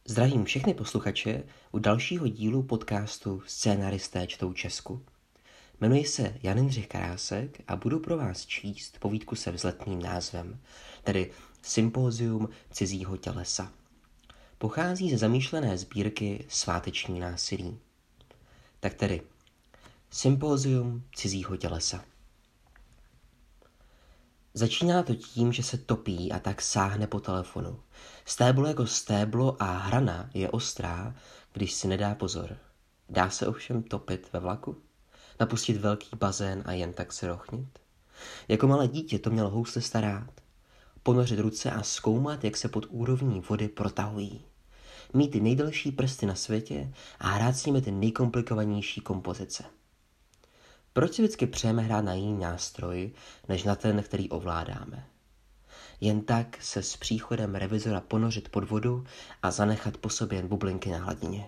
Zdravím všechny posluchače u dalšího dílu podcastu Scénaristé čtou Česku. Jmenuji se Jan Jindřich Karásek a budu pro vás číst povídku se vzletným názvem, tedy Sympózium cizího tělesa. Pochází ze zamýšlené sbírky Sváteční násilí. Tak tedy, Sympózium cizího tělesa. Začíná to tím, že se topí a tak sáhne po telefonu. Stéblo jako stéblo a hrana je ostrá, když si nedá pozor. Dá se ovšem topit ve vlaku? Napustit velký bazén a jen tak se rochnit? Jako malé dítě to měl houslista rád. Ponořit ruce a zkoumat, jak se pod úrovní vody protahují. Mít ty nejdelší prsty na světě a hrát s nimi ty nejkomplikovanější kompozice. Proč si vždycky přejeme hrát na jiný nástroj, než na ten, který ovládáme? Jen tak se s příchodem revizora ponořit pod vodu a zanechat po sobě jen bublinky na hladině.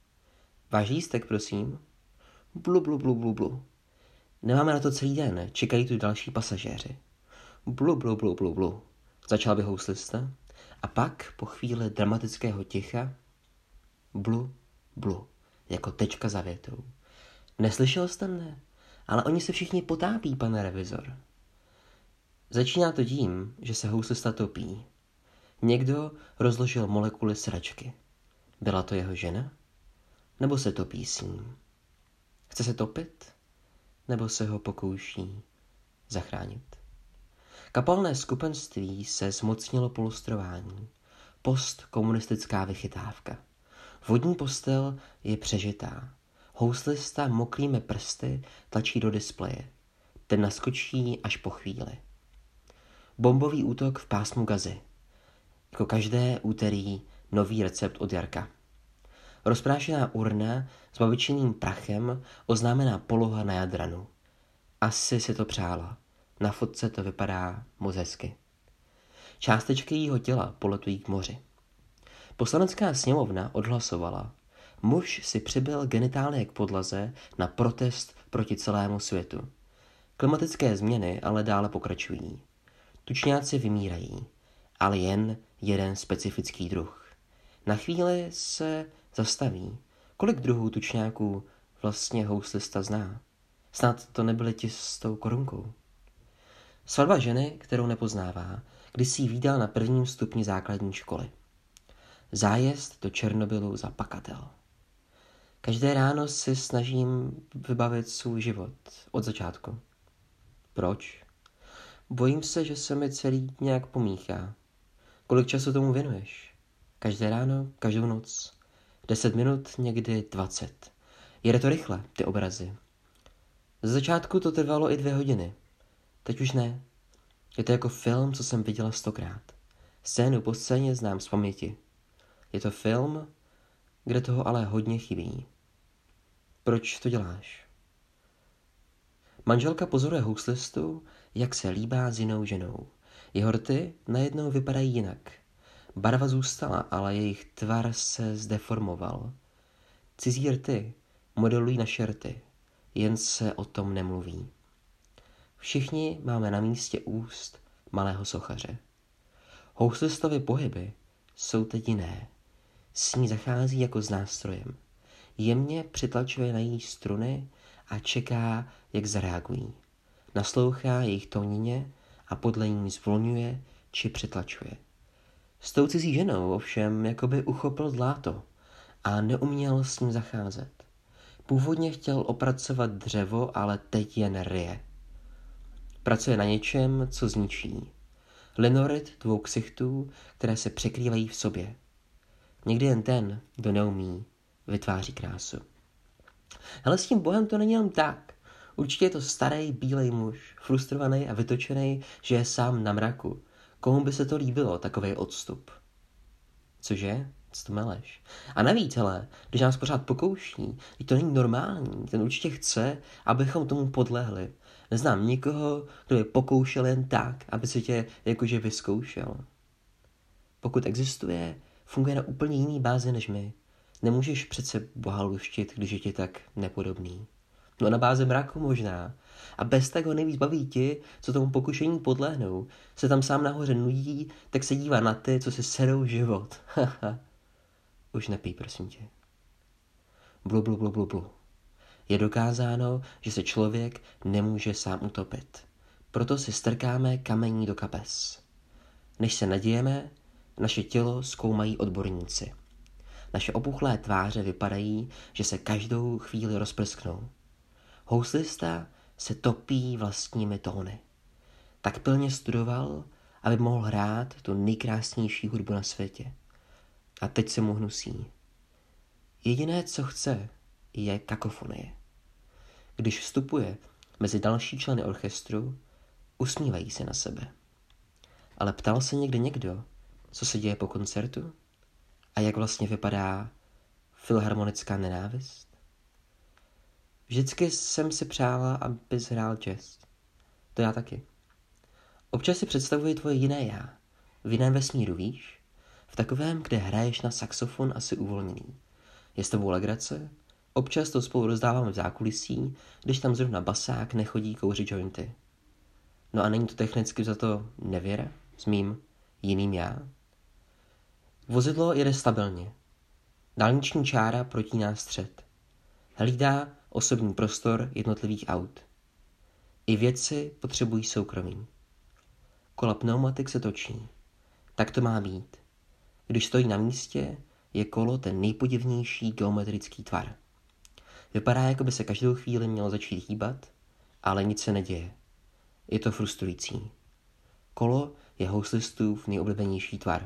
Váš lístek, prosím? Blu, blu, blu, blu, blu. Nemáme na to celý den, čekají tu další pasažéři. Blu, blu, blu, blu, blu. Začal by houslista a pak po chvíli dramatického ticha blu, blu, jako tečka za větou. Neslyšel jste mne? Ale oni se všichni potápí, pane revizor. Začíná to tím, že se houslista topí. Někdo rozložil molekuly sračky. Byla to jeho žena? Nebo se topí s ním? Chce se topit? Nebo se ho pokouší zachránit? Kapalné skupenství se zmocnilo polustrování. Postkomunistická vychytávka. Vodní postel je přežitá. Houslista mokrými prsty tlačí do displeje. Ten naskočí až po chvíli. Bombový útok v pásmu Gazy. Jako každé úterý nový recept od Jarka. Rozprášená urna s babičiným prachem, oznámená poloha na Jadranu. Asi si to přála. Na fotce to vypadá moc hezky. Částečky jejího těla poletují k moři. Poslanecká sněmovna odhlasovala. Muž si přibyl genitálie k podlaze na protest proti celému světu. Klimatické změny ale dále pokračují. Tučňáci vymírají, ale jen jeden specifický druh. Na chvíli se zastaví. Kolik druhů tučňáků vlastně houslista zná? Snad to nebyly ti s tou korunkou. Svatba ženy, kterou nepoznává, když si ji vídal na prvním stupni základní školy. Zájezd do Černobylu za pakatel. Každé ráno si snažím vybavit svůj život od začátku. Proč? Bojím se, že se mi celý nějak pomíchá. Kolik času tomu věnuješ? Každé ráno, každou noc. 10 minut, někdy 20. Jede to rychle, ty obrazy. Ze začátku to trvalo i 2 hodiny. Teď už ne. Je to jako film, co jsem viděla 100krát. Scénu po scéně znám z paměti. Je to film, kde toho ale hodně chybí. Proč to děláš? Manželka pozoruje houslistu, jak se líbá s jinou ženou. Jeho rty najednou vypadají jinak. Barva zůstala, ale jejich tvar se zdeformoval. Cizí rty modelují naše rty, jen se o tom nemluví. Všichni máme na místě úst malého sochaře. Houslistovy pohyby jsou teď jiné. S ní zachází jako s nástrojem. Jemně přitlačuje na její struny a čeká, jak zareagují. Naslouchá jejich tónině a podle ní zvolňuje či přitlačuje. S tou cizí ženou ovšem jakoby uchopil dláto a neuměl s ním zacházet. Původně chtěl opracovat dřevo, ale teď jen ryje. Pracuje na něčem, co zničí. Linorit 2 ksichtů, které se překrývají v sobě. Někdy jen ten, kdo neumí, vytváří krásu. Ale s tím bohem to není jen tak. Určitě je to starý bílej muž, frustrovaný a vytočený, že je sám na mraku. Komu by se to líbilo, takovej odstup? Cože? Co to meleš? A navíc, hele, když nás pořád pokouší, to není normální, ten určitě chce, abychom tomu podlehli. Neznám nikoho, kdo by pokoušel jen tak, aby se tě jakože vyzkoušel. Pokud existuje, funguje na úplně jiný bázi než my. Nemůžeš přece Boha luštit, když je ti tak nepodobný. No na bázi mraku možná. A bez tak ho nejvíc baví ti, co tomu pokušení podlehnou. Se tam sám nahoře nudí, tak se dívá na ty, co si serou život. Už nepij, prosím tě. Blu, blu, blu, blu, blu. Je dokázáno, že se člověk nemůže sám utopit. Proto si strkáme kamení do kapes. Než se nadějeme, naše tělo zkoumají odborníci. Naše opuchlé tváře vypadají, že se každou chvíli rozprsknou. Houslista se topí vlastními tóny. Tak pilně studoval, aby mohl hrát tu nejkrásnější hudbu na světě. A teď se mu hnusí. Jediné, co chce, je kakofonie. Když vstupuje mezi další členy orchestru, usmívají se na sebe. Ale ptal se někdy někdo, co se děje po koncertu? A jak vlastně vypadá filharmonická nenávist? Vždycky jsem si přála, abys hrál jazz. To já taky. Občas si představuji tvoje jiné já. V jiném vesmíru, víš? V takovém, kde hraješ na saxofon asi uvolněný. Je s tebou legrace? Občas to spolu rozdáváme v zákulisí, když tam zrovna basák nechodí kouřit jointy. No a není to technicky za to nevěra s mým jiným já? Vozidlo jede stabilně. Dálniční čára protíná střed. Hlídá osobní prostor jednotlivých aut. I věci potřebují soukromí. Kola pneumatik se točí. Tak to má být. Když stojí na místě, je kolo ten nejpodivnější geometrický tvar. Vypadá, jako by se každou chvíli mělo začít hýbat, ale nic se neděje. Je to frustrující. Kolo je houslistův nejoblíbenější tvar.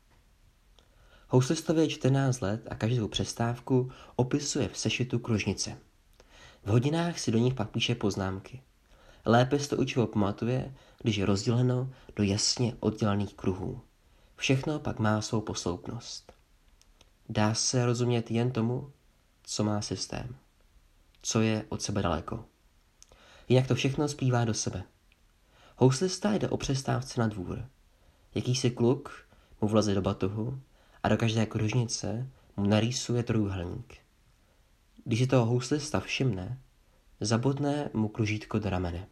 Houslistovi je 14 let a každou přestávku opisuje v sešitu kružnice. V hodinách si do nich pak píše poznámky. Lépe si to učivo pamatuje, když je rozděleno do jasně oddělených kruhů. Všechno pak má svou posloupnost. Dá se rozumět jen tomu, co má systém. Co je od sebe daleko. Jinak to všechno splývá do sebe. Houslista jde o přestávce na dvůr. Jakýsi kluk mu vleze do batohu a do každé kružnice mu narýsuje trojúhelník. Když si toho houslista všimne, zabodne mu kružítko do ramene.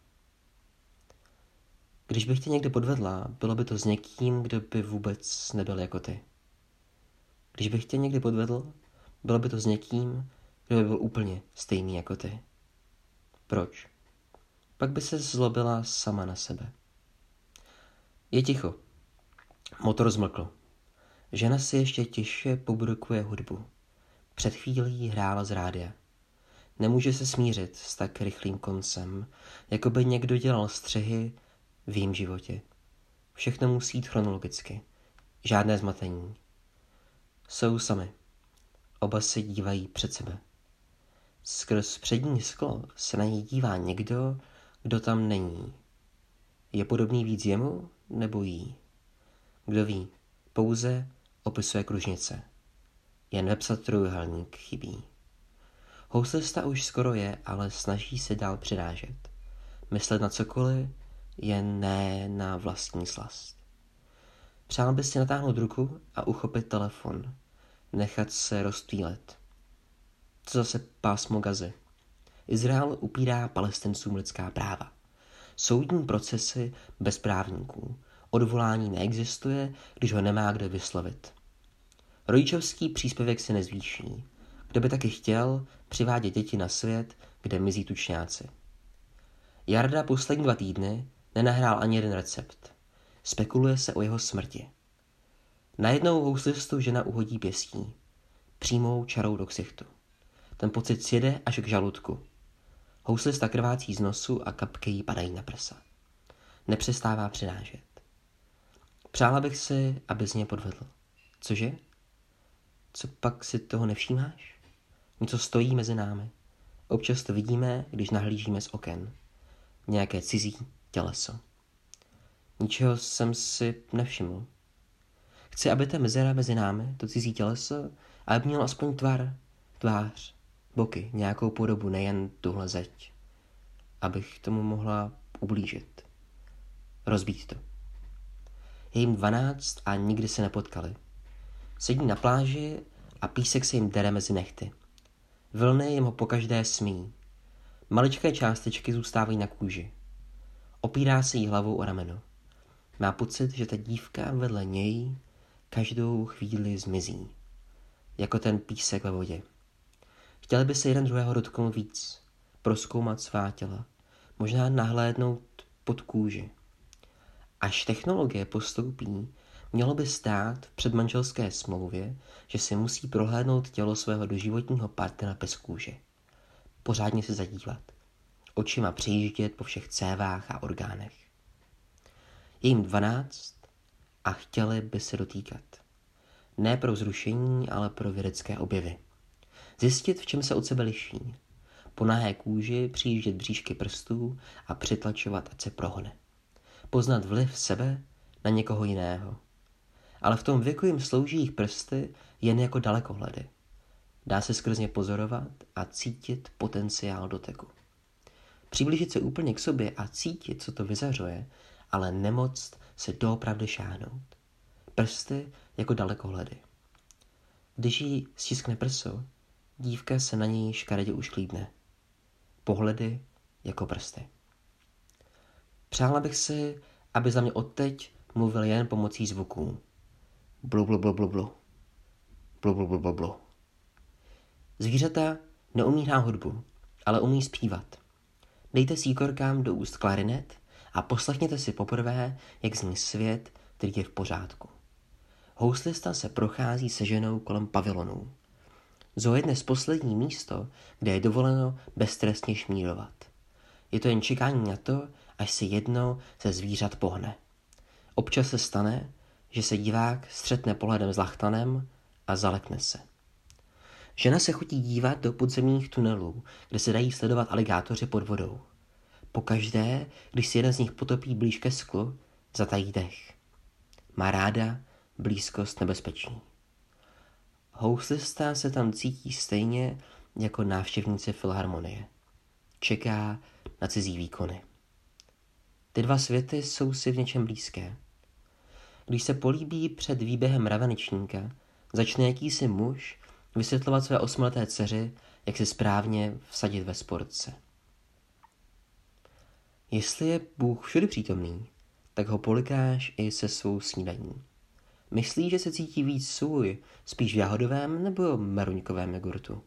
Když bych tě někde podvedla, bylo by to s někým, kdo by vůbec nebyl jako ty. Když bych tě někdy podvedl, bylo by to s někým, kdo by byl úplně stejný jako ty. Proč? Pak by se zlobila sama na sebe. Je ticho. Motor zmlkl. Žena si ještě tiše pobrukuje hudbu. Před chvílí hrála z rádia. Nemůže se smířit s tak rychlým koncem, jako by někdo dělal střihy v jejím životě. Všechno musí jít chronologicky. Žádné zmatení. Jsou sami. Oba se dívají před sebe. Skrz přední sklo se na něj dívá někdo, kdo tam není. Je podobný víc jemu nebo jí? Kdo ví, pouze opisuje kružnice. Jen vepsat trojúhelník chybí. Houslista už skoro je, ale snaží se dál přirážet. Myslet na cokoliv, jen ne na vlastní slast. Přál by si natáhnout ruku a uchopit telefon. Nechat se rozptýlet. Co zase pásmo Gazy? Izrael upírá Palestincům lidská práva. Soudní procesy bez právníků. Odvolání neexistuje, když ho nemá kdo vyslovit. Rodičovský příspěvek se nezvýší. Kdo by taky chtěl přivádět děti na svět, kde mizí tučňáci. Jarda poslední 2 týdny nenahrál ani jeden recept. Spekuluje se o jeho smrti. Najednou houslistu žena uhodí pěstí. Přímou čarou do ksichtu. Ten pocit sjede až k žaludku. Houslista krvácí z nosu a kapky jí padají na prsa. Nepřestává přinášet. Přála bych si, aby z něj podvedl. Cože? Co pak si toho nevšímáš? Něco stojí mezi námi. Občas to vidíme, když nahlížíme z oken. Nějaké cizí těleso. Ničeho jsem si nevšiml. Chci, aby ta mezera mezi námi, to cizí těleso, aby mělo aspoň tvář, boky, nějakou podobu, nejen tuhle zeď. Abych tomu mohla ublížit. Rozbít to. Je jim 12 a nikdy se nepotkali. Sedí na pláži a písek se jim dere mezi nehty. Vlny jim ho pokaždé smí. Maličké částečky zůstávají na kůži. Opírá se jí hlavou o rameno. Má pocit, že ta dívka vedle něj každou chvíli zmizí. jako ten písek ve vodě. Chtěli by se jeden druhého dotknout víc, prozkoumat svá těla, možná nahlédnout pod kůži. Až technologie postoupí, mělo by stát v předmanželské smlouvě, že si musí prohlédnout tělo svého doživotního partnera bez kůže. Pořádně se zadívat. Očima přejíždět po všech cévách a orgánech. Je jim 12 a chtěli by se dotýkat. Ne pro zrušení, ale pro vědecké objevy. Zjistit, v čem se od sebe liší. Po nahé kůži přijíždět bříšky prstů a přitlačovat, ať se prohne. Poznat vliv sebe na někoho jiného. Ale v tom věku jim slouží jejich prsty jen jako dalekohledy. Dá se skrz ně pozorovat a cítit potenciál doteku. Přiblížit se úplně k sobě a cítit, co to vyzařuje, ale nemoct se doopravdy šáhnout. Prsty jako dalekohledy. Když jí stiskne prso, dívka se na něj škaredě ušklídne. Pohledy jako prsty. Přála bych si, aby za mě odteď mluvil jen pomocí zvuků. Blu, blu, blu, blu, blu. Blu, blu, blu, blu, blu. Zvířata neumí hrát hudbu, ale umí zpívat. Dejte síkorkám do úst klarinet a poslechněte si poprvé, jak zní svět, který je v pořádku. Houslista se prochází se ženou kolem pavilonů. Zoo je dnes poslední místo, kde je dovoleno beztrestně šmírovat. Je to jen čekání na to, až se jedno ze zvířat pohne. Občas se stane, že se divák střetne pohledem s lachtanem a zalekne se. Žena se chodí dívat do podzemních tunelů, kde se dají sledovat aligátoři pod vodou. Pokaždé, když si jeden z nich potopí blíž ke sklu, zatají dech. Má ráda blízkost nebezpečí. Houslista se tam cítí stejně jako návštěvníci filharmonie. Čeká na cizí výkony. Ty dva světy jsou si v něčem blízké. Když se políbí před výběhem mravenečníka, začne jakýsi muž vysvětlovat své 8leté dceři, jak se správně vsadit ve sportce. Jestli je Bůh všude přítomný, tak ho polikáš i se svou snídaní. Myslí, že se cítí víc svůj, spíš v jahodovém nebo meruňkovém jogurtu.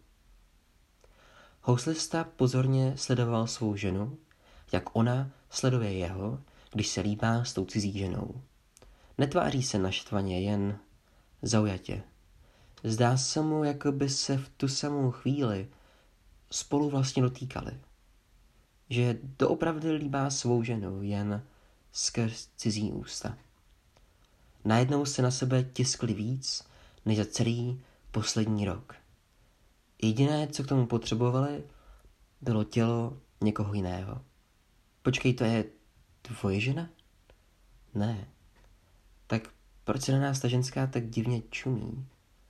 Houslista pozorně sledoval svou ženu, jak ona sleduje jeho, když se líbá s tou cizí ženou. Netváří se naštvaně, jen zaujatě. Zdá se mu, jako by se v tu samou chvíli spolu vlastně dotýkali. Že doopravdy líbá svou ženu, jen skrz cizí ústa. Najednou se na sebe tiskli víc, než za celý poslední rok. Jediné, co k tomu potřebovali, bylo tělo někoho jiného. Počkej, to je tvoje žena? Ne. Tak proč se na nás ta ženská tak divně čumí?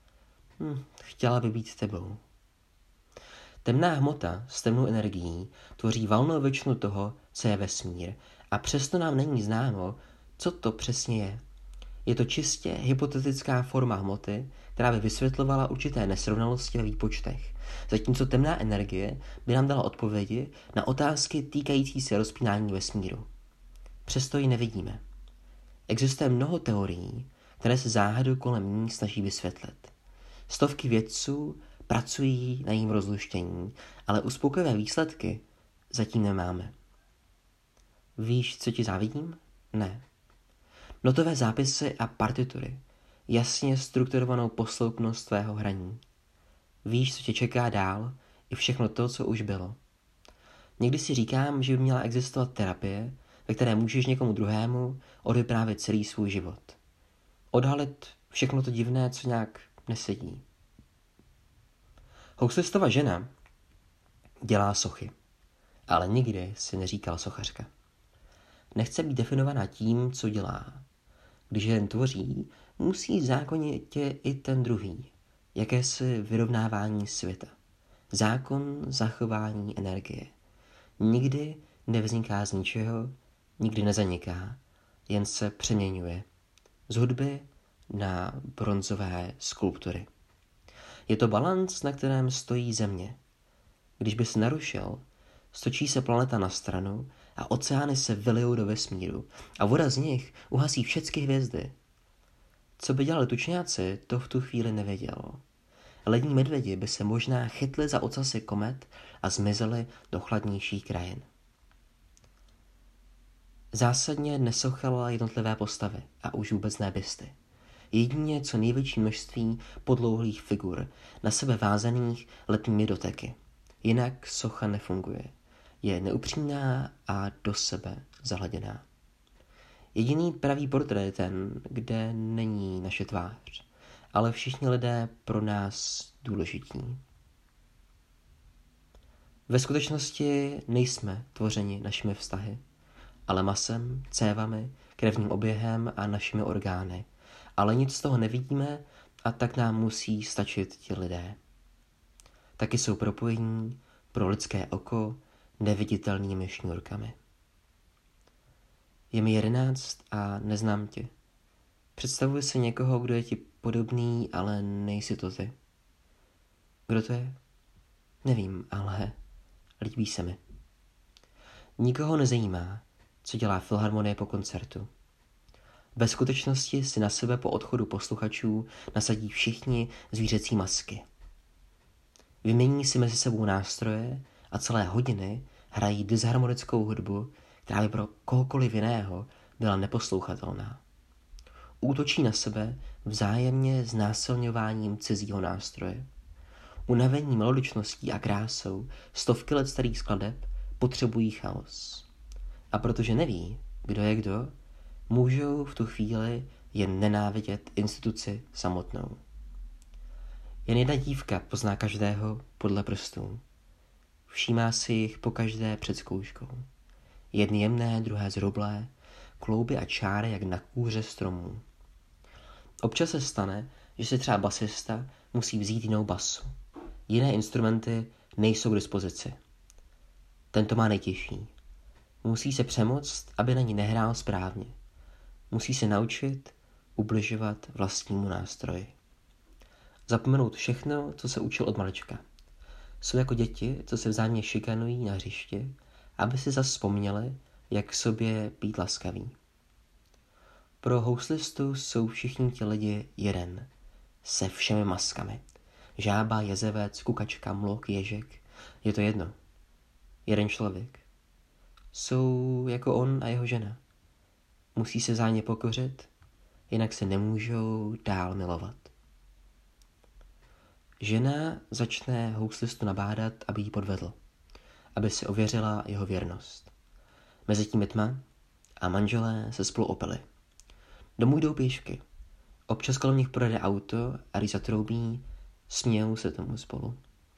Chtěla by být tebou. Temná hmota s temnou energií tvoří valnou většinu toho, co je vesmír, a přesto nám není známo, co to přesně je. Je to čistě hypotetická forma hmoty, která by vysvětlovala určité nesrovnalosti ve výpočtech, zatímco temná energie by nám dala odpovědi na otázky týkající se rozpínání vesmíru. Přesto ji nevidíme. Existuje mnoho teorií, které se záhadu kolem ní snaží vysvětlit. Stovky vědců pracují na jejím rozluštění, ale uspokojivé výsledky zatím nemáme. Víš, co ti závidím? Ne. Notové zápisy a partitury, jasně strukturovanou posloupnost tvého hraní. Víš, co tě čeká dál, i všechno to, co už bylo. Někdy si říkám, že by měla existovat terapie, ve které můžeš někomu druhému odvyprávět celý svůj život. Odhalit všechno to divné, co nějak nesedí. Houslistova žena dělá sochy, ale nikdy si neříkala sochařka. Nechce být definovaná tím, co dělá. Když jeden tvoří, musí zákonitě i ten druhý. Jakési vyrovnávání světa. Zákon zachování energie. Nikdy nevzniká z ničeho, nikdy nezaniká, jen se přeměňuje. Z hudby na bronzové skulptury. Je to balanc, na kterém stojí země. Když by se narušil, stočí se planeta na stranu a oceány se vylijou do vesmíru a voda z nich uhasí všechny hvězdy. Co by dělali tučňáci, to v tu chvíli nevěděl. Lední medvědi by se možná chytli za ocasy komet a zmizeli do chladnějších krajin. Zásadně nesochala jednotlivé postavy a už vůbec ne bysty. Jedině co největší množství podlouhlých figur, na sebe vázaných letními doteky. Jinak socha nefunguje. Je neupřímná a do sebe zahladěná. Jediný pravý portrét je ten, kde není naše tvář, ale všichni lidé pro nás důležití. Ve skutečnosti nejsme tvořeni našimi vztahy, ale masem, cévami, krevním oběhem a našimi orgány. Ale nic z toho nevidíme a tak nám musí stačit ti lidé. Taky jsou propojení pro lidské oko neviditelnými šňůrkami. Je mi 11 a neznám tě. Představuji si někoho, kdo je ti podobný, ale nejsi to ty. Kdo to je? Nevím, ale líbí se mi. Nikoho nezajímá, co dělá filharmonie po koncertu. Ve skutečnosti si na sebe po odchodu posluchačů nasadí všichni zvířecí masky. Vymění si mezi sebou nástroje a celé hodiny hrají disharmonickou hudbu, která by pro kohokoliv jiného byla neposlouchatelná. Útočí na sebe vzájemně znásilňováním cizího nástroje. Unavení melodičností a krásou stovky let starých skladeb potřebují chaos. A protože neví, kdo je kdo, můžou v tu chvíli jen nenávidět instituci samotnou. Jen jedna dívka pozná každého podle prstů. Všímá si jich pokaždé před zkouškou. Jedny jemné, druhé zrublé, klouby a čáry jak na kůře stromů. Občas se stane, že si třeba basista musí vzít jinou basu. Jiné instrumenty nejsou k dispozici. Tento má nejtěžší. Musí se přemoct, aby na ní nehrál správně. Musí se naučit ubližovat vlastnímu nástroji. Zapomenout všechno, co se učil od malička. Jsou jako děti, co se vzájemně šikanují na hřišti, aby si zas vzpomněli, jak k sobě být laskaví. Pro houslistu jsou všichni ti lidi jeden, se všemi maskami. Žába, jezevec, kukačka, mlok, ježek, je to jedno. Jeden člověk. Jsou jako on a jeho žena. Musí se vzájemně pokořit, jinak se nemůžou dál milovat. Žena začne houslistu nabádat, aby jí podvedl, aby si ověřila jeho věrnost. Mezitím je tma a manželé se spolu opili. Domů jdou pěšky. Občas kolem nich projede auto a když zatroubí, smějou se tomu spolu.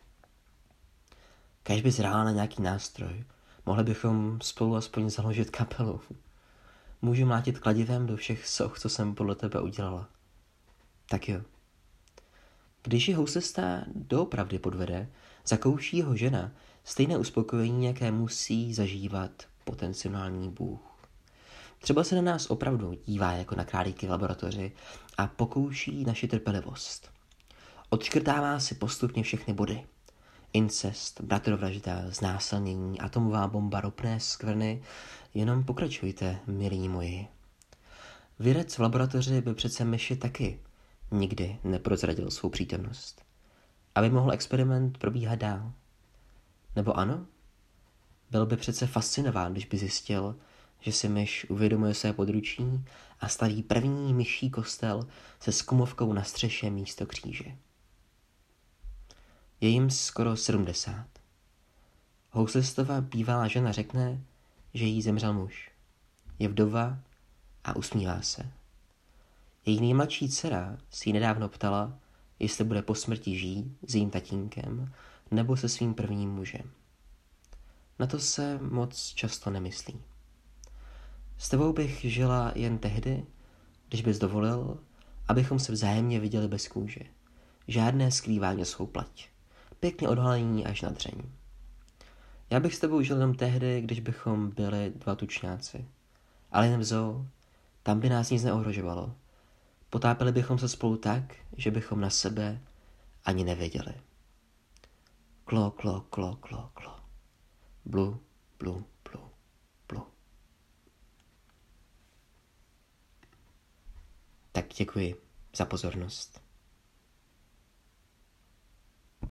Kéž bys hrála na nějaký nástroj, mohli bychom spolu aspoň založit kapelu. Můžu mlátit kladivem do všech soch, co jsem podle tebe udělala. Tak jo. Když je houslista doopravdy podvede, zakouší jeho žena stejné uspokojení, jaké musí zažívat potenciální bůh. Třeba se na nás opravdu dívá jako na králíky v laboratoři a pokouší naši trpělivost. Odškrtává si postupně všechny body. Incest, bratrovražda, znásilnění, atomová bomba, ropné skvrny, jenom pokračujte, milí moji. Vědec v laboratoři by přece myši taky nikdy neprozradil svou přítomnost, aby mohl experiment probíhat dál. Nebo ano? Byl by přece fascinován, když by zjistil, že si myš uvědomuje své područí a staví první myší kostel se skumovkou na střeše místo kříže. Je jim skoro 70. Houslistova bývalá žena řekne, že jí zemřel muž. Je vdova a usmívá se. Její nejmladší dcera si ji nedávno ptala, jestli bude po smrti žít s jejím tatínkem nebo se svým prvním mužem. Na to se moc často nemyslí. S tebou bych žila jen tehdy, když bys dovolil, abychom se vzájemně viděli bez kůže. Žádné skrývání svou plať. Pěkně odhalení až na dřeň. Já bych s tebou žil jenom tehdy, když bychom byli dva tučňáci. Ale jen v zoo, tam by nás nic neohrožovalo. Potápěli bychom se spolu tak, že bychom na sebe ani nevěděli. Klo, klo, klo, klo, klo. Blu, blu, blu, blu. Tak děkuji za pozornost.